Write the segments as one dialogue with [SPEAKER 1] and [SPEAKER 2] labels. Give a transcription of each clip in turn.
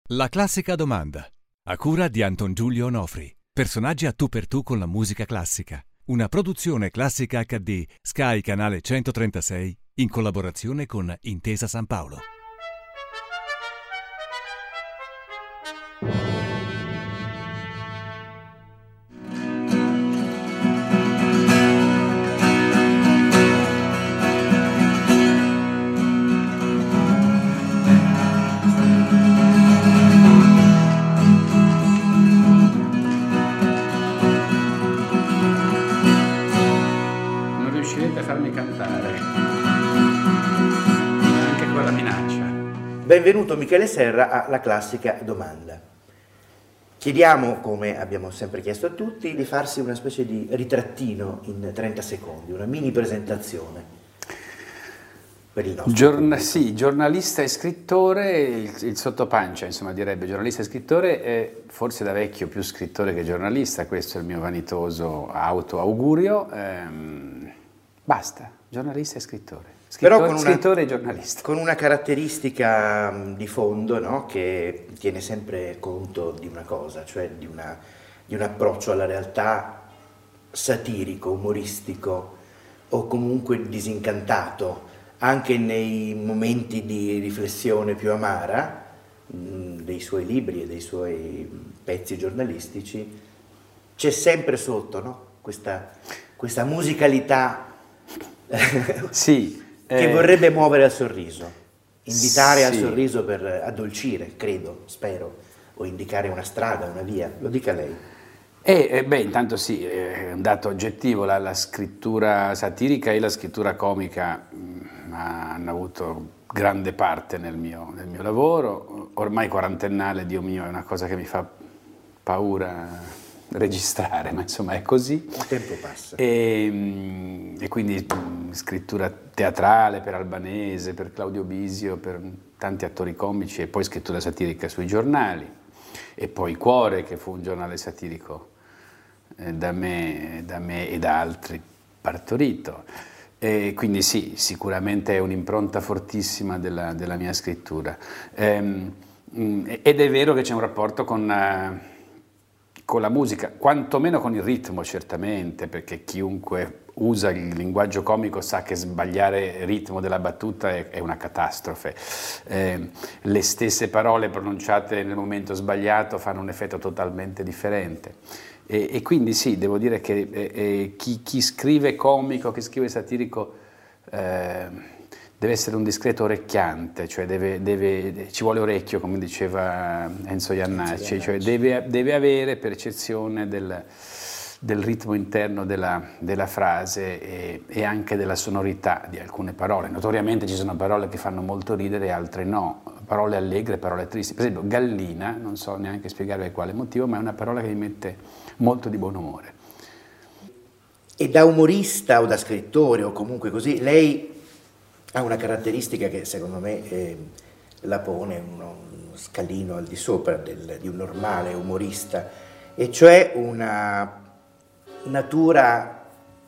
[SPEAKER 1] La classica domanda, a cura di Anton Giulio Onofri. Personaggi a tu per tu con la musica classica. Una produzione Classica HD, Sky Canale 136, in collaborazione con Intesa San Paolo.
[SPEAKER 2] Benvenuto Michele Serra a La Classica Domanda. Chiediamo, come abbiamo sempre chiesto a tutti, di farsi una specie di ritrattino in 30 secondi, una mini presentazione per il nostro
[SPEAKER 3] Sì, giornalista e scrittore, il sottopancia, insomma, direbbe giornalista e scrittore, e forse da vecchio più scrittore che giornalista, questo è il mio vanitoso autoaugurio. Basta, giornalista e scrittore. Scrittore e giornalista.
[SPEAKER 2] Con una caratteristica di fondo, no? Che tiene sempre conto di una cosa, cioè di un approccio alla realtà satirico, umoristico o comunque disincantato, anche nei momenti di riflessione più amara dei suoi libri e dei suoi pezzi giornalistici. C'è sempre sotto, no? questa musicalità
[SPEAKER 3] sì.
[SPEAKER 2] Che vorrebbe muovere al sorriso, invitare al sorriso per addolcire, credo, spero, o indicare una strada, una via. Lo dica lei.
[SPEAKER 3] Intanto sì, è un dato oggettivo, la scrittura satirica e la scrittura comica hanno avuto grande parte nel mio lavoro, ormai quarantennale, Dio mio, è una cosa che mi fa paura registrare, ma insomma è così.
[SPEAKER 2] Il tempo passa.
[SPEAKER 3] E quindi scrittura teatrale per Albanese, per Claudio Bisio, per tanti attori comici, e poi scrittura satirica sui giornali, e poi Cuore, che fu un giornale satirico da me e da altri partorito. E quindi sì, sicuramente è un'impronta fortissima della mia scrittura. Ed è vero che c'è un rapporto con la musica, quantomeno con il ritmo, certamente, perché chiunque usa il linguaggio comico sa che sbagliare il ritmo della battuta è una catastrofe. Le stesse parole pronunciate nel momento sbagliato fanno un effetto totalmente differente. E quindi sì, devo dire che chi scrive comico, chi scrive satirico, deve essere un discreto orecchiante, cioè ci vuole orecchio, come diceva Enzo Jannacci, cioè deve avere percezione del ritmo interno della frase e anche della sonorità di alcune parole. Notoriamente ci sono parole che fanno molto ridere e altre no, parole allegre, parole tristi. Per esempio gallina, non so neanche spiegare per quale motivo, ma è una parola che mi mette molto di buon umore.
[SPEAKER 2] E da umorista o da scrittore o comunque così, lei ha una caratteristica che secondo me la pone uno scalino al di sopra di un normale umorista, e cioè una natura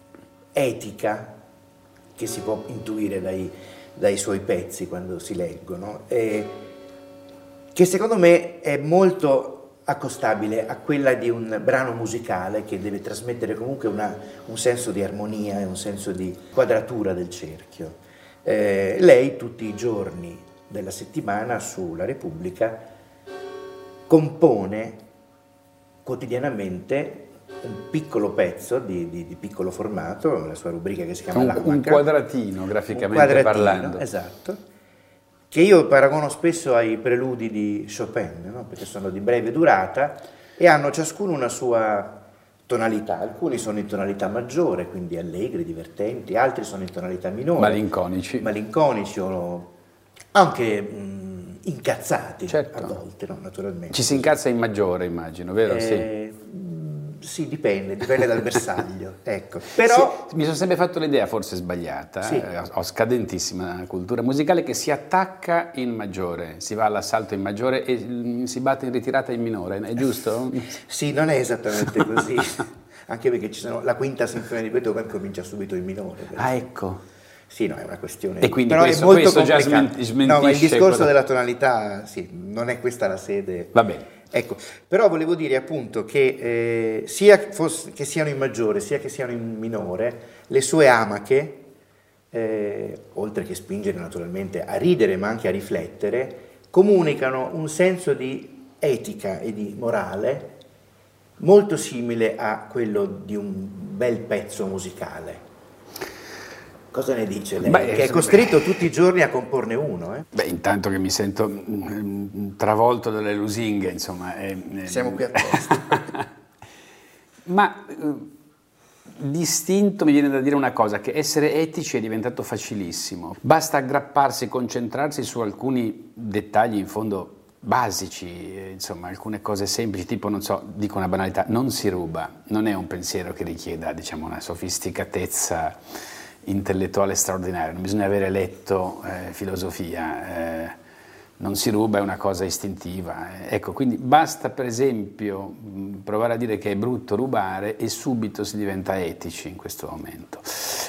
[SPEAKER 2] etica che si può intuire dai suoi pezzi quando si leggono, che secondo me è molto accostabile a quella di un brano musicale che deve trasmettere comunque un senso di armonia e un senso di quadratura del cerchio. Lei tutti i giorni della settimana sulla Repubblica compone quotidianamente un piccolo pezzo di piccolo formato, la sua rubrica che si chiama L'Amaca.
[SPEAKER 3] Un quadratino, graficamente parlando.
[SPEAKER 2] Esatto, che io paragono spesso ai preludi di Chopin, no? Perché sono di breve durata e hanno ciascuno una sua tonalità. Alcuni sono in tonalità maggiore, quindi allegri, divertenti, altri sono in tonalità minore, malinconici o anche incazzati, certo. A volte, no? Naturalmente.
[SPEAKER 3] Ci si incazza in maggiore, immagino, vero?
[SPEAKER 2] Sì, dipende dal bersaglio. Ecco. Però
[SPEAKER 3] sì, mi sono sempre fatto l'idea, forse sbagliata, sì. Ho scadentissima cultura musicale, che si attacca in maggiore, si va all'assalto in maggiore e si batte in ritirata in minore, è giusto?
[SPEAKER 2] Sì, non è esattamente così, anche perché la quinta sinfonia di Beethoven comincia subito in minore.
[SPEAKER 3] Ah, ecco.
[SPEAKER 2] Sì, no, è una questione.
[SPEAKER 3] E quindi
[SPEAKER 2] però
[SPEAKER 3] questo,
[SPEAKER 2] è molto
[SPEAKER 3] questo già
[SPEAKER 2] complicato. No, ma il discorso della tonalità, sì, non è questa la sede.
[SPEAKER 3] Va bene.
[SPEAKER 2] Ecco, però volevo dire appunto che sia che siano in maggiore sia che siano in minore, le sue amache, oltre che spingere naturalmente a ridere ma anche a riflettere, comunicano un senso di etica e di morale molto simile a quello di un bel pezzo musicale. Cosa ne dice lei? Che è costretto tutti i giorni a comporne uno.
[SPEAKER 3] Beh, intanto che mi sento travolto dalle lusinghe, insomma.
[SPEAKER 2] Siamo qui apposta.
[SPEAKER 3] Ma distinto mi viene da dire una cosa, che essere etici è diventato facilissimo. Basta aggrapparsi, concentrarsi su alcuni dettagli in fondo basici, insomma, alcune cose semplici, tipo, non so, dico una banalità, non si ruba. Non è un pensiero che richieda, diciamo, una sofisticatezza intellettuale straordinaria, non bisogna avere letto filosofia, non si ruba, è una cosa istintiva. Ecco, quindi basta per esempio provare a dire che è brutto rubare e subito si diventa etici in questo momento.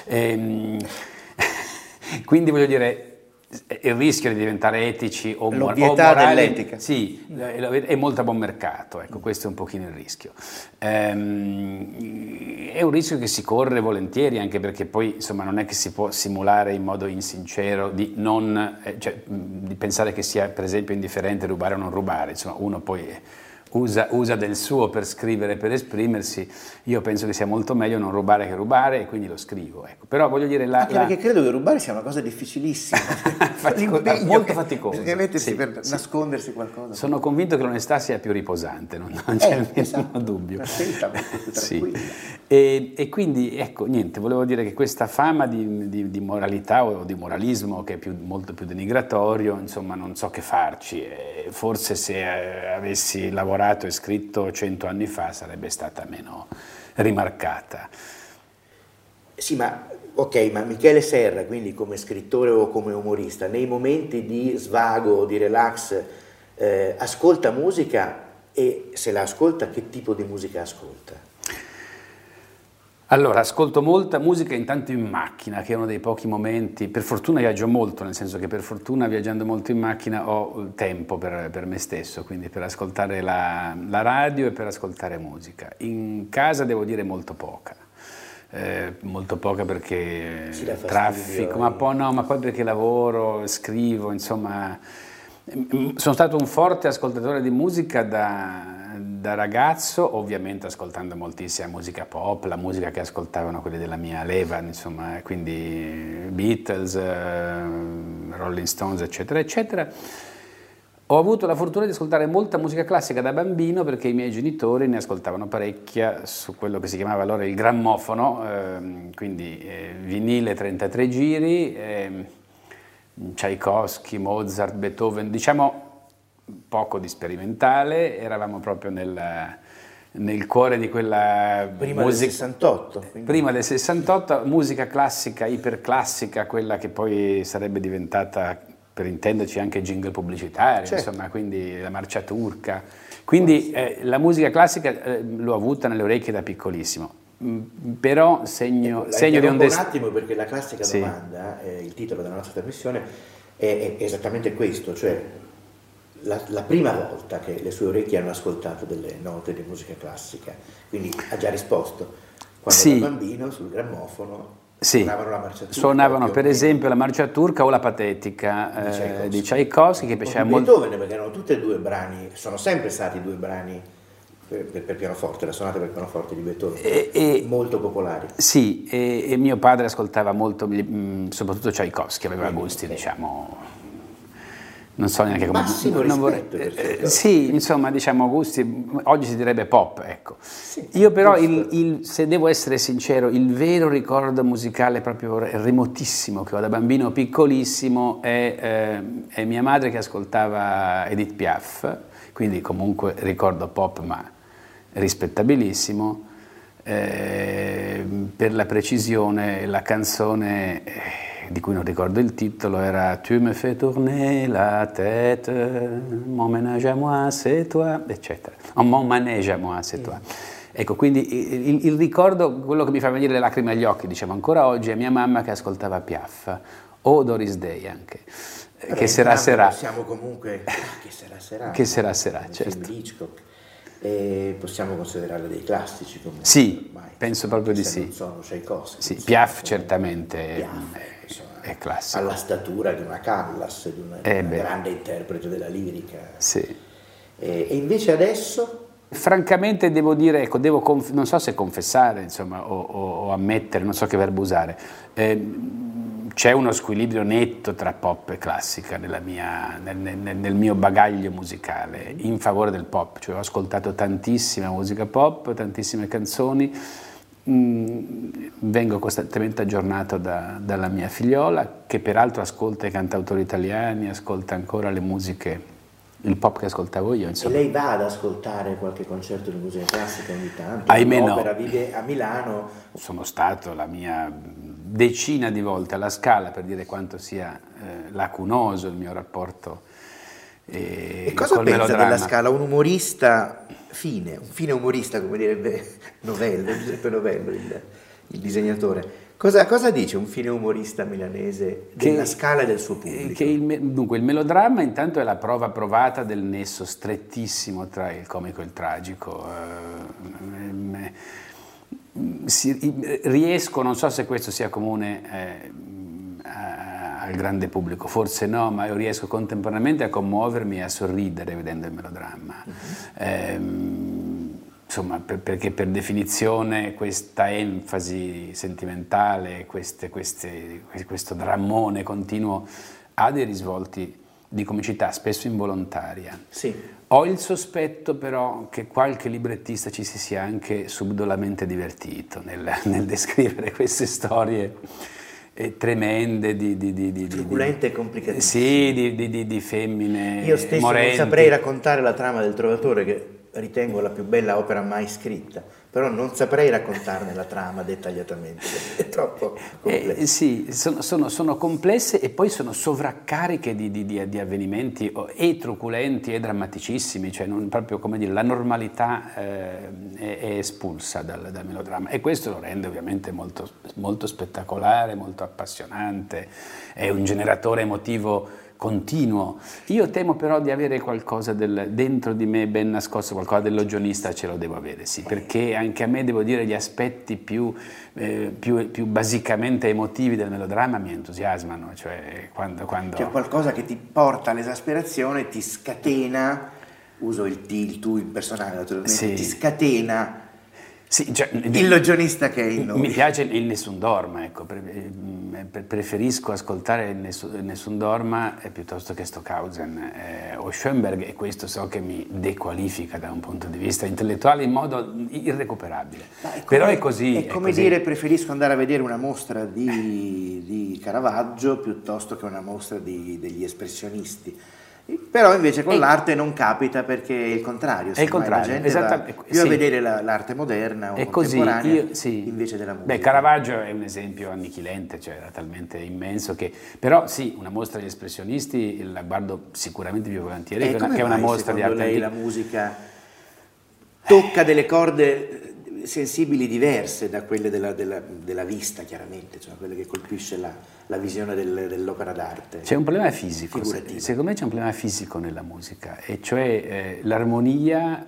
[SPEAKER 3] Quindi voglio dire, il rischio di diventare etici o morali
[SPEAKER 2] dell'etica.
[SPEAKER 3] Sì, è molto a buon mercato, ecco, questo è un pochino il rischio. È un rischio che si corre volentieri, anche perché poi insomma non è che si può simulare in modo insincero di di pensare che sia per esempio indifferente rubare o non rubare, insomma uno poi usa del suo per scrivere, per esprimersi. Io penso che sia molto meglio non rubare che rubare e quindi lo scrivo. Ecco. Però voglio dire...
[SPEAKER 2] Perché credo che rubare sia una cosa difficilissima.
[SPEAKER 3] Molto faticosa.
[SPEAKER 2] Bisogna mettersi per nascondersi qualcosa.
[SPEAKER 3] Sono convinto che l'onestà sia più riposante, non c'è il minimo dubbio.
[SPEAKER 2] Una scelta molto più tranquilla.
[SPEAKER 3] E quindi, ecco, niente, volevo dire che questa fama di moralità o di moralismo, che è molto più denigratorio, insomma, non so che farci. Forse se avessi lavorato e scritto 100 anni fa sarebbe stata meno rimarcata.
[SPEAKER 2] Sì, ma Michele Serra, quindi come scrittore o come umorista, nei momenti di svago o di relax ascolta musica, e se la ascolta, che tipo di musica ascolta?
[SPEAKER 3] Allora, ascolto molta musica intanto in macchina, che è uno dei pochi momenti. Per fortuna viaggio molto, nel senso che per fortuna viaggiando molto in macchina ho tempo per me stesso, quindi per ascoltare la radio e per ascoltare musica. In casa devo dire molto poca perché traffico, ma poi perché lavoro, scrivo, insomma. Sono stato un forte ascoltatore di musica da ragazzo, ovviamente ascoltando moltissima musica pop, la musica che ascoltavano quelli della mia leva, insomma, quindi Beatles, Rolling Stones, eccetera, eccetera. Ho avuto la fortuna di ascoltare molta musica classica da bambino perché i miei genitori ne ascoltavano parecchia su quello che si chiamava allora il grammofono, quindi vinile 33 giri, Tchaikovsky, Mozart, Beethoven, diciamo poco di sperimentale, eravamo proprio nel cuore di quella
[SPEAKER 2] prima
[SPEAKER 3] musica,
[SPEAKER 2] del 68. Quindi.
[SPEAKER 3] Prima del 68, musica classica, iperclassica, quella che poi sarebbe diventata, per intenderci, anche jingle pubblicitario, certo. Insomma, quindi la marcia turca. Quindi la musica classica l'ho avuta nelle orecchie da piccolissimo. Però segno di un
[SPEAKER 2] un attimo, perché la classica domanda, il titolo della nostra trasmissione è esattamente questo, cioè la prima volta che le sue orecchie hanno ascoltato delle note di musica classica, quindi ha già risposto, quando da bambino sul grammofono suonavano la marcia turca.
[SPEAKER 3] Suonavano per esempio la marcia turca o la patetica di Tchaikovsky, che piaceva molto.
[SPEAKER 2] Beethoven, perché erano tutti e due brani, sono sempre stati due brani per pianoforte, la sonata per pianoforte di Beethoven, molto popolari.
[SPEAKER 3] Sì, e mio padre ascoltava molto, soprattutto Tchaikovsky, aveva gusti, diciamo, non so neanche come...
[SPEAKER 2] Massimo rispetto per Tchaikovsky.
[SPEAKER 3] Sì, insomma, diciamo gusti, oggi si direbbe pop, ecco.
[SPEAKER 2] Sì,
[SPEAKER 3] io però, se devo essere sincero, il vero ricordo musicale proprio remotissimo che ho da bambino piccolissimo è mia madre che ascoltava Edith Piaf, quindi comunque ricordo pop ma rispettabilissimo. Per la precisione, la canzone di cui non ricordo il titolo era Tu me fais tourner la tête, mon ménage à moi c'est toi, eccetera. Mon manège à moi c'est toi. Ecco, quindi il ricordo, quello che mi fa venire le lacrime agli occhi, diciamo, ancora oggi è mia mamma che ascoltava Piaf, o Doris Day anche, che sarà.
[SPEAKER 2] Possiamo comunque,
[SPEAKER 3] che sarà, certo.
[SPEAKER 2] Film Hitchcock, possiamo considerarle dei classici comunque.
[SPEAKER 3] Sì,
[SPEAKER 2] ormai,
[SPEAKER 3] penso proprio di
[SPEAKER 2] se
[SPEAKER 3] sì.
[SPEAKER 2] non sono Tchaikovsky.
[SPEAKER 3] Sì, Piaf certamente
[SPEAKER 2] Piaf,
[SPEAKER 3] è classico.
[SPEAKER 2] Alla statura di una Callas, di una grande interprete della lirica.
[SPEAKER 3] Sì.
[SPEAKER 2] E invece adesso?
[SPEAKER 3] Francamente devo dire, ecco, non so se confessare, insomma, o ammettere, non so che verbo usare, c'è uno squilibrio netto tra pop e classica nel mio bagaglio musicale, in favore del pop, cioè ho ascoltato tantissima musica pop, tantissime canzoni, vengo costantemente aggiornato dalla mia figliola, che peraltro ascolta i cantautori italiani, ascolta ancora le musiche, il pop che ascoltavo io, insomma.
[SPEAKER 2] E lei va ad ascoltare qualche concerto di musica classica ogni tanto?
[SPEAKER 3] Ahimè no.
[SPEAKER 2] Vive a Milano.
[SPEAKER 3] Sono stato la mia decina di volte alla Scala per dire quanto sia lacunoso il mio rapporto
[SPEAKER 2] e cosa
[SPEAKER 3] col
[SPEAKER 2] pensa
[SPEAKER 3] melodramma.
[SPEAKER 2] della Scala? Un umorista fine, un fine umorista, come direbbe Giuseppe Novello, il disegnatore. Cosa dice un fine umorista milanese della Scala e del suo pubblico?
[SPEAKER 3] Dunque, il melodramma intanto è la prova provata del nesso strettissimo tra il comico e il tragico. Riesco, non so se questo sia comune al grande pubblico, forse no, ma io riesco contemporaneamente a commuovermi e a sorridere vedendo il melodramma. Insomma, perché per definizione questa enfasi sentimentale, questo drammone continuo ha dei risvolti di comicità, spesso involontaria.
[SPEAKER 2] Sì.
[SPEAKER 3] Ho il sospetto però che qualche librettista ci si sia anche subdolamente divertito nel descrivere queste storie tremende
[SPEAKER 2] truculente e complicatissime.
[SPEAKER 3] Sì, di femmine
[SPEAKER 2] io stesso
[SPEAKER 3] morenti.
[SPEAKER 2] Non saprei raccontare la trama del Trovatore, che ritengo la più bella opera mai scritta, però non saprei raccontarne la trama dettagliatamente, è troppo complessa.
[SPEAKER 3] Sì, sono complesse e poi sono sovraccariche di avvenimenti e truculenti e drammaticissimi, cioè proprio, come dire, la normalità è espulsa dal melodramma, e questo lo rende ovviamente molto, molto spettacolare, molto appassionante, è un generatore emotivo continuo. Io temo però di avere qualcosa dentro di me ben nascosto, qualcosa dell'ogionista ce lo devo avere, sì, perché anche a me, devo dire, gli aspetti più basicamente emotivi del melodramma mi entusiasmano, cioè quando...
[SPEAKER 2] C'è qualcosa che ti porta all'esasperazione, ti scatena, uso il tu in personale naturalmente, sì. Ti scatena.
[SPEAKER 3] Sì, cioè,
[SPEAKER 2] il logionista che è in noi.
[SPEAKER 3] Mi piace il Nessun Dorma, ecco, preferisco ascoltare il Nessun Dorma piuttosto che Stockhausen o Schoenberg, e questo so che mi dequalifica da un punto di vista intellettuale in modo irrecuperabile. Però è così.
[SPEAKER 2] È come dire preferisco andare a vedere una mostra di Caravaggio piuttosto che una mostra degli espressionisti. Però invece con l'arte non capita, perché è il contrario.
[SPEAKER 3] È il contrario,
[SPEAKER 2] esattamente. Più a vedere l'arte moderna o contemporanea invece della musica.
[SPEAKER 3] Beh, Caravaggio è un esempio annichilente, cioè era talmente immenso che... Però sì, una mostra degli espressionisti la guardo sicuramente più volentieri che è una mostra di arte
[SPEAKER 2] lei la musica tocca delle corde sensibili diverse da quelle della vista, chiaramente, cioè quelle che colpisce la visione dell'opera d'arte.
[SPEAKER 3] C'è un problema fisico,
[SPEAKER 2] figurativo.
[SPEAKER 3] Secondo me c'è un problema fisico nella musica, e cioè l'armonia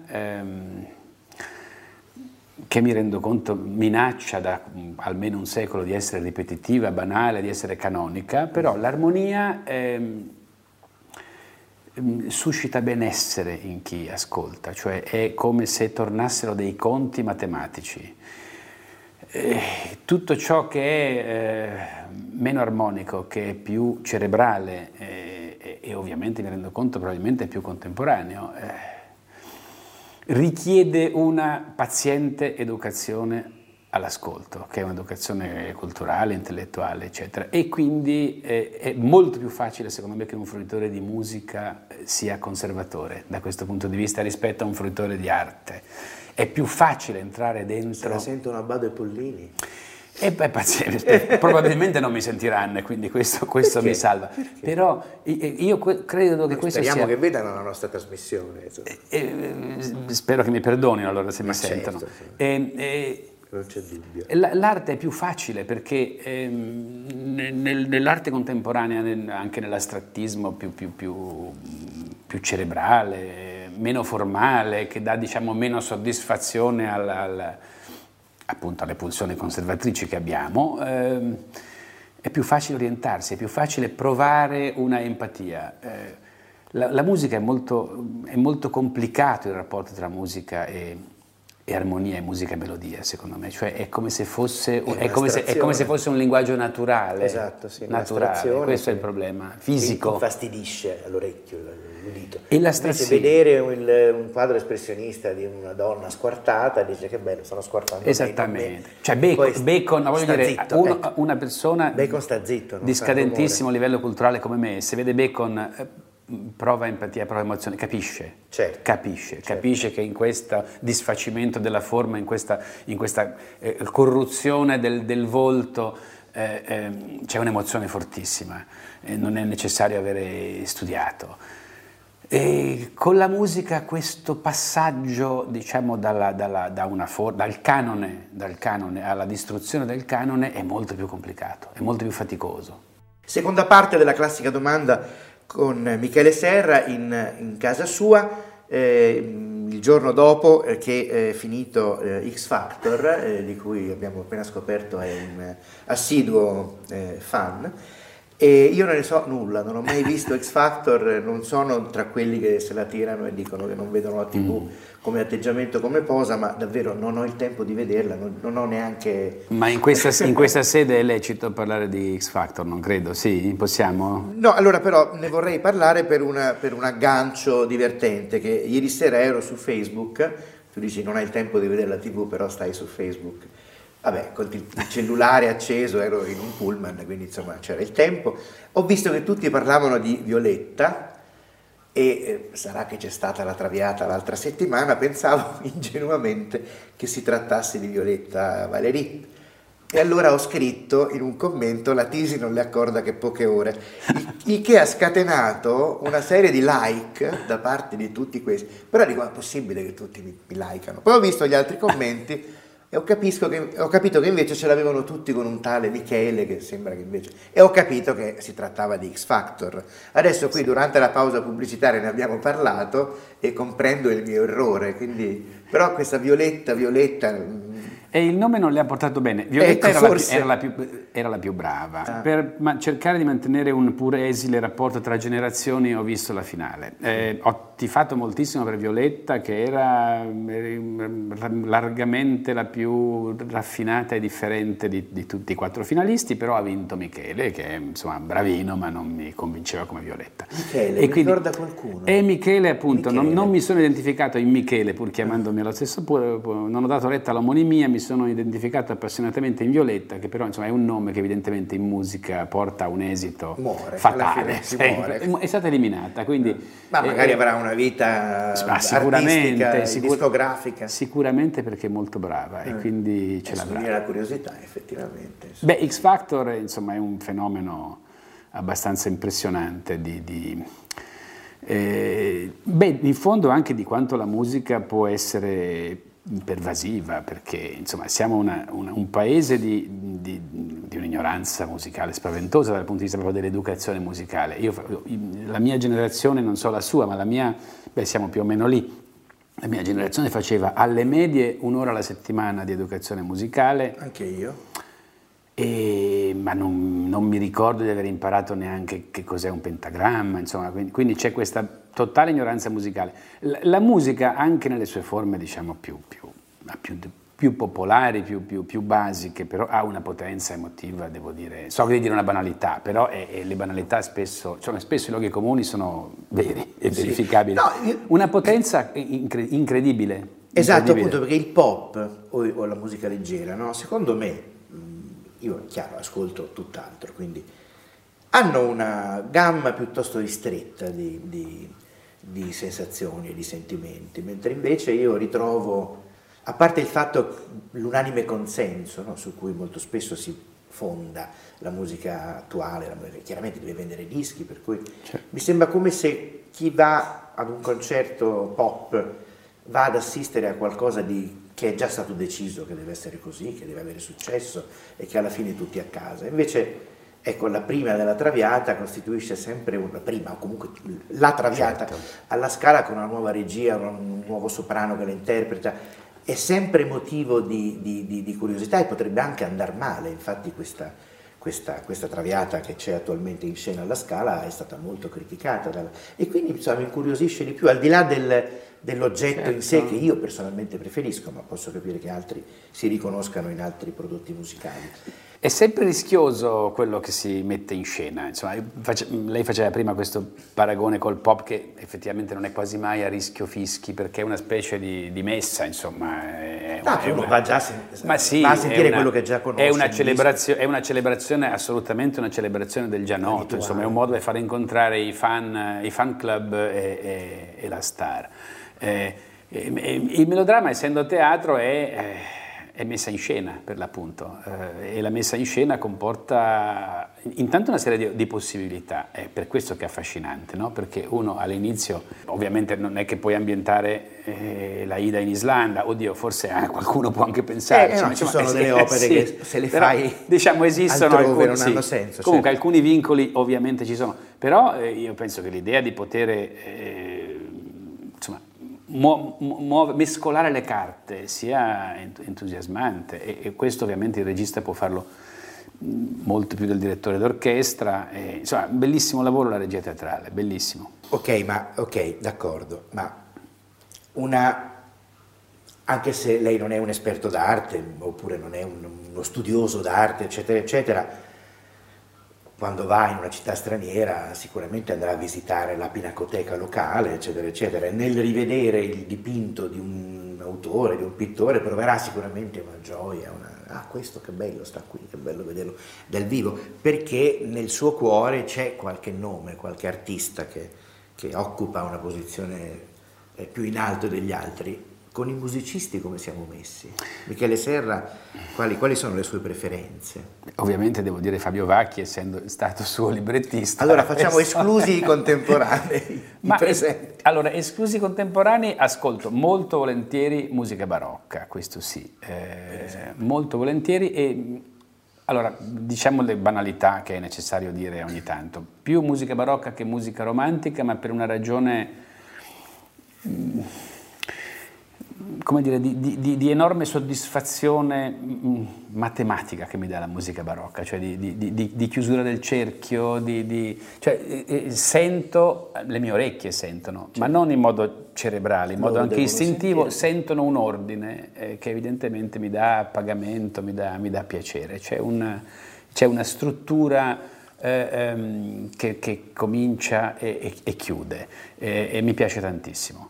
[SPEAKER 3] che, mi rendo conto, minaccia da almeno un secolo di essere ripetitiva, banale, di essere canonica, però l'armonia suscita benessere in chi ascolta, cioè è come se tornassero dei conti matematici. Tutto ciò che è meno armonico, che è più cerebrale e ovviamente, mi rendo conto, probabilmente è più contemporaneo, richiede una paziente educazione all'ascolto, che è un'educazione culturale, intellettuale, eccetera, e quindi è molto più facile, secondo me, che un fruitore di musica sia conservatore da questo punto di vista rispetto a un fruitore di arte. È più facile entrare dentro...
[SPEAKER 2] Se la sentono Abbado e Pollini.
[SPEAKER 3] E beh, pazienza, probabilmente non mi sentiranno e quindi questo mi salva. Perché? Però io credo che questo
[SPEAKER 2] speriamo
[SPEAKER 3] sia...
[SPEAKER 2] che vedano la nostra trasmissione.
[SPEAKER 3] Spero che mi perdonino allora se mi
[SPEAKER 2] certo,
[SPEAKER 3] sentono.
[SPEAKER 2] sì. Non c'è dubbio.
[SPEAKER 3] L'arte è più facile perché nell'arte contemporanea, anche nell'astrattismo più cerebrale, meno formale, che dà diciamo meno soddisfazione appunto alle pulsioni conservatrici che abbiamo, è più facile orientarsi, è più facile provare una empatia. La musica è molto complicato il rapporto tra musica e armonia e musica e melodia, secondo me, cioè è come se fosse un linguaggio naturale.
[SPEAKER 2] Esatto, sì,
[SPEAKER 3] naturale. Questo è il problema fisico.
[SPEAKER 2] Che infastidisce all'orecchio l'udito.
[SPEAKER 3] E
[SPEAKER 2] invece vedere un quadro espressionista di una donna squartata dice che bello, stanno squartando.
[SPEAKER 3] Esattamente. Cioè Bacon, voglio dire,
[SPEAKER 2] zitto,
[SPEAKER 3] una persona
[SPEAKER 2] Bacon sta zitto,
[SPEAKER 3] di scadentissimo livello culturale come me, se vede Bacon prova empatia, prova emozione, capisce,
[SPEAKER 2] certo.
[SPEAKER 3] capisce che in questo disfacimento della forma, in questa corruzione del volto c'è un'emozione fortissima, non è necessario avere studiato. E con la musica questo passaggio, diciamo, dal canone alla distruzione del canone è molto più complicato, è molto più faticoso.
[SPEAKER 2] Seconda parte della classica domanda con Michele Serra in casa sua, il giorno dopo che è finito X Factor, di cui abbiamo appena scoperto è un assiduo fan. E io non ne so nulla, non ho mai visto X Factor, non sono tra quelli che se la tirano e dicono che non vedono la TV come atteggiamento, come posa, ma davvero non ho il tempo di vederla, non ho neanche...
[SPEAKER 3] Ma in questa sede è lecito parlare di X Factor, non credo, sì? Possiamo?
[SPEAKER 2] No, allora però ne vorrei parlare per un aggancio divertente, che ieri sera ero su Facebook, tu dici non hai il tempo di vedere la TV, però stai su Facebook. Vabbè, con il cellulare acceso, ero in un pullman, quindi insomma c'era il tempo. Ho visto che tutti parlavano di Violetta e sarà che c'è stata la Traviata l'altra settimana, pensavo ingenuamente che si trattasse di Violetta Valéry. E allora ho scritto in un commento: la Tisi non le accorda che poche ore, il che ha scatenato una serie di like da parte di tutti questi. Però dico, è possibile che tutti mi likeano? Poi ho visto gli altri commenti e ho capito che invece ce l'avevano tutti con un tale Michele, che sembra che invece... E ho capito che si trattava di X Factor. Adesso qui durante la pausa pubblicitaria ne abbiamo parlato e comprendo il mio errore, quindi... Però questa Violetta...
[SPEAKER 3] E il nome non le ha portato bene. Violetta era la più brava. Per cercare di mantenere un pur esile rapporto tra generazioni ho visto la finale. Ho tifato moltissimo per Violetta, che era largamente la più raffinata e differente di tutti i 4 finalisti, però ha vinto Michele, che è insomma bravino, ma non mi convinceva come Violetta.
[SPEAKER 2] Michele, mi ricorda qualcuno?
[SPEAKER 3] E Michele, appunto, non mi sono identificato in Michele, pur chiamandomi allo stesso, non ho dato retta all'omonimia, mi sono identificato appassionatamente in Violetta, che però insomma è un nome che evidentemente in musica porta a un esito fatale. È stata eliminata, quindi...
[SPEAKER 2] Ma magari avrà una vita artistica, discografica.
[SPEAKER 3] Sicuramente, perché è molto brava e quindi ce l'avrà.
[SPEAKER 2] La curiosità, effettivamente.
[SPEAKER 3] Beh, X Factor insomma è un fenomeno abbastanza impressionante in fondo anche di quanto la musica può essere pervasiva, perché insomma siamo un paese di un'ignoranza musicale spaventosa dal punto di vista proprio dell'educazione musicale. La mia generazione, non so la sua, ma la mia, siamo più o meno lì. La mia generazione faceva alle medie 1 ora alla settimana di educazione musicale.
[SPEAKER 2] Anche io.
[SPEAKER 3] Ma non mi ricordo di aver imparato neanche che cos'è un pentagramma, insomma, quindi c'è questa totale ignoranza musicale. La musica, anche nelle sue forme, diciamo, più popolari, più basiche, però ha una potenza emotiva, devo dire. So di dire una banalità, però le banalità spesso i luoghi comuni sono veri e verificabili. No, una potenza incredibile.
[SPEAKER 2] Esatto, appunto, perché il pop o la musica leggera, no? Secondo me, io chiaro ascolto tutt'altro, quindi hanno una gamma piuttosto ristretta di sensazioni e di sentimenti, mentre invece io ritrovo a parte il fatto, l'unanime consenso, no, su cui molto spesso si fonda la musica attuale, chiaramente deve vendere dischi, per cui mi sembra come se chi va ad un concerto pop va ad assistere a qualcosa che è già stato deciso che deve essere così, che deve avere successo e che alla fine tutti a casa. Invece, ecco, la prima della Traviata costituisce sempre una prima, o comunque la Traviata alla Scala, con una nuova regia, un nuovo soprano che la interpreta, è sempre motivo di curiosità e potrebbe anche andar male. Infatti questa Traviata che c'è attualmente in scena alla Scala è stata molto criticata e quindi insomma, mi incuriosisce di più, al di là dell'oggetto in sé, che io personalmente preferisco, ma posso capire che altri si riconoscano in altri prodotti musicali.
[SPEAKER 3] È sempre rischioso quello che si mette in scena, insomma, lei faceva prima questo paragone col pop che effettivamente non è quasi mai a rischio fischi, perché è una specie di messa, insomma.
[SPEAKER 2] Va già va a sentire quello che già conosce.
[SPEAKER 3] È una celebrazione, assolutamente una celebrazione del già noto, insomma, è un modo di far incontrare i fan club e la star. Il melodramma, essendo teatro, è messa in scena, per l'appunto, e la messa in scena comporta intanto una serie di possibilità, è per questo che è affascinante, no? Perché uno all'inizio ovviamente non è che puoi ambientare la Ida in Islanda, oddio, forse qualcuno può anche pensarci,
[SPEAKER 2] no, ci sono delle opere che se le fai
[SPEAKER 3] diciamo esistono alcuni,
[SPEAKER 2] non hanno senso.
[SPEAKER 3] Comunque alcuni vincoli ovviamente ci sono, però io penso che l'idea di poter mescolare le carte sia entusiasmante e questo ovviamente il regista può farlo molto più del direttore d'orchestra, insomma bellissimo lavoro la regia teatrale, bellissimo.
[SPEAKER 2] Ok, d'accordo, ma anche se lei non è un esperto d'arte oppure non è uno studioso d'arte eccetera eccetera, quando va in una città straniera sicuramente andrà a visitare la pinacoteca locale, eccetera, eccetera, e nel rivedere il dipinto di un autore, di un pittore, proverà sicuramente una gioia, questo che bello sta qui, che bello vederlo dal vivo, perché nel suo cuore c'è qualche nome, qualche artista che occupa una posizione più in alto degli altri. Con i musicisti come siamo messi? Michele Serra, quali sono le sue preferenze?
[SPEAKER 3] Ovviamente devo dire Fabio Vacchi, essendo stato suo librettista.
[SPEAKER 2] Allora facciamo esclusi i contemporanei.
[SPEAKER 3] Allora, esclusi contemporanei, ascolto molto volentieri musica barocca, questo sì, molto volentieri. E allora, diciamo le banalità che è necessario dire ogni tanto. Più musica barocca che musica romantica, ma per una ragione come dire, di enorme soddisfazione matematica che mi dà la musica barocca, cioè di chiusura del cerchio, cioè sento, le mie orecchie sentono, ma non in modo cerebrale, in modo anche istintivo, sentono un ordine che evidentemente mi dà appagamento, mi dà piacere, c'è una struttura che comincia e chiude e mi piace tantissimo.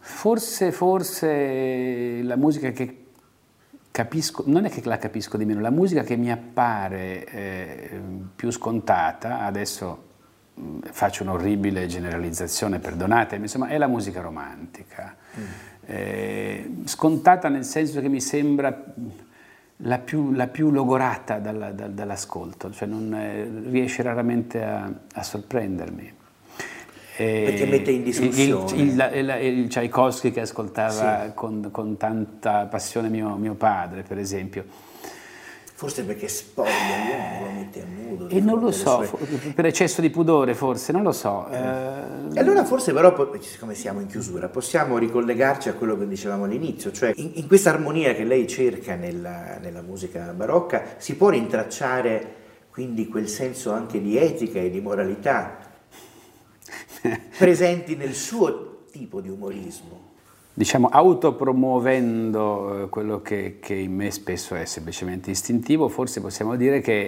[SPEAKER 3] Forse la musica che capisco, non è che la capisco di meno, la musica che mi appare più scontata, adesso faccio un'orribile generalizzazione, perdonatemi, insomma è la musica romantica. Scontata nel senso che mi sembra la più logorata dall'ascolto, cioè non riesce raramente a sorprendermi.
[SPEAKER 2] Perché mette in discussione
[SPEAKER 3] il Tchaikovsky che ascoltava con tanta passione mio padre, per esempio.
[SPEAKER 2] Forse perché spoglia l'uomo, lo mette a nudo.
[SPEAKER 3] E non lo so, per eccesso di pudore forse, non lo so.
[SPEAKER 2] E allora forse però, siccome siamo in chiusura, possiamo ricollegarci a quello che dicevamo all'inizio, cioè in questa armonia che lei cerca nella musica barocca si può rintracciare quindi quel senso anche di etica e di moralità presenti nel suo tipo di umorismo.
[SPEAKER 3] Diciamo, autopromuovendo quello che in me spesso è semplicemente istintivo, forse possiamo dire che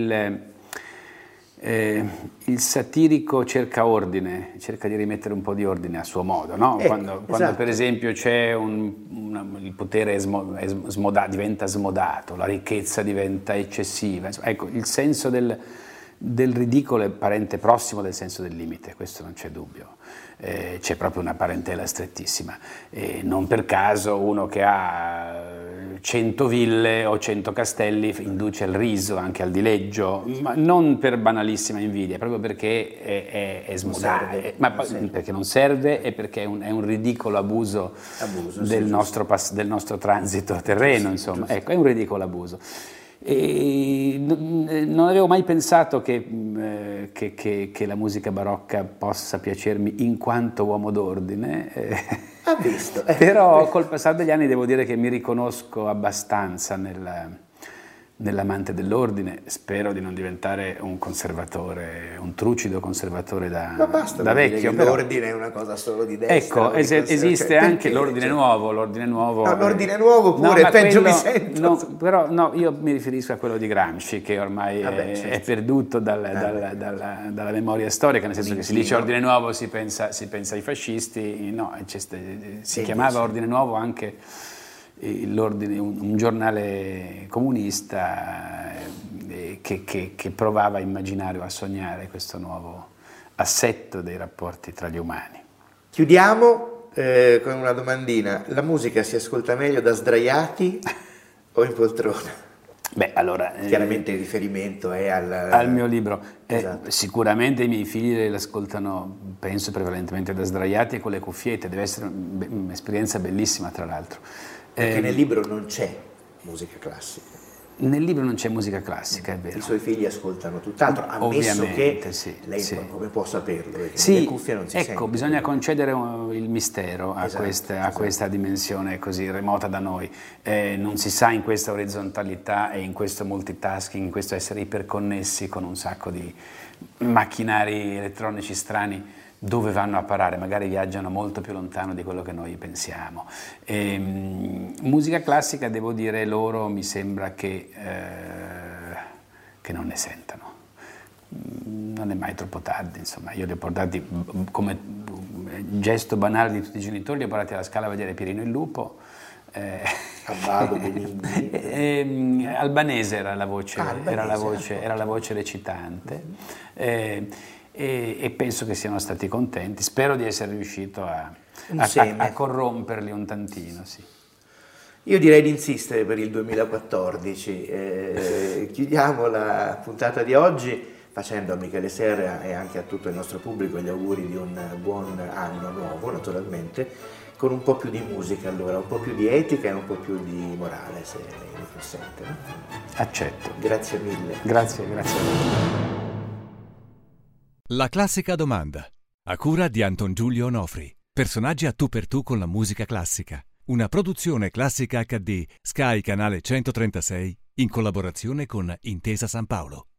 [SPEAKER 3] il satirico cerca ordine, cerca di rimettere un po' di ordine a suo modo, no? Quando per esempio c'è il potere diventa smodato, la ricchezza diventa eccessiva, ecco, il senso del ridicolo è parente prossimo del senso del limite, questo non c'è dubbio. C'è proprio una parentela strettissima. Non per caso uno che ha 100 ville o 100 castelli induce al riso, anche al dileggio, ma non per banalissima invidia, proprio perché è smodale, perché non serve e perché è un ridicolo abuso del nostro transito terreno, insomma. Ecco, è un ridicolo abuso. E non avevo mai pensato che la musica barocca possa piacermi in quanto uomo d'ordine,
[SPEAKER 2] Ha visto.
[SPEAKER 3] però col passare degli anni devo dire che mi riconosco abbastanza nell'amante dell'ordine. Spero di non diventare un conservatore, un trucido conservatore da vecchio.
[SPEAKER 2] L'ordine è una cosa solo di destra.
[SPEAKER 3] Ecco, esiste anche l'ordine nuovo. L'ordine nuovo
[SPEAKER 2] pure, peggio mi sento.
[SPEAKER 3] Però no, io mi riferisco a quello di Gramsci, che ormai è perduto dalla memoria storica, nel senso che si dice ordine nuovo, si pensa ai fascisti. No, si chiamava ordine nuovo anche l'ordine, un giornale comunista che provava a immaginare o a sognare questo nuovo assetto dei rapporti tra gli umani.
[SPEAKER 2] Chiudiamo con una domandina: la musica si ascolta meglio da sdraiati o in poltrona?
[SPEAKER 3] Beh, allora,
[SPEAKER 2] chiaramente il riferimento è
[SPEAKER 3] al mio libro.
[SPEAKER 2] Esatto.
[SPEAKER 3] Sicuramente i miei figli l'ascoltano, penso, prevalentemente da sdraiati e con le cuffiette. Deve essere un'esperienza bellissima, tra l'altro.
[SPEAKER 2] Perché nel libro non c'è musica classica.
[SPEAKER 3] Nel libro non c'è musica classica, è vero.
[SPEAKER 2] I suoi figli ascoltano tutt'altro, ammesso che lei come può saperlo, perché nelle cuffie non si sente.
[SPEAKER 3] Bisogna concedere il mistero a questa dimensione così remota da noi. Non si sa in questa orizzontalità e in questo multitasking, in questo essere iperconnessi con un sacco di macchinari elettronici strani, dove vanno a parare, magari viaggiano molto più lontano di quello che noi pensiamo. Musica classica, devo dire, loro mi sembra che non ne sentano. Non è mai troppo tardi, insomma. Io li ho portati, come gesto banale di tutti i genitori, li ho portati alla Scala a vedere Pierino il Lupo. Albanese era la voce, era la voce recitante. E penso che siano stati contenti. Spero di essere riuscito a corromperli un tantino, sì.
[SPEAKER 2] Io direi di insistere per il 2014. Chiudiamo la puntata di oggi facendo a Michele Serra e anche a tutto il nostro pubblico gli auguri di un buon anno nuovo, naturalmente, con un po' più di musica, allora, un po' più di etica e un po' più di morale, se lei mi consente. No?
[SPEAKER 3] Accetto.
[SPEAKER 2] Grazie mille.
[SPEAKER 3] Grazie a voi.
[SPEAKER 1] La classica domanda, a cura di Anton Giulio Onofri. Personaggi a tu per tu con la musica classica. Una produzione Classica HD, Sky Canale 136, in collaborazione con Intesa San Paolo.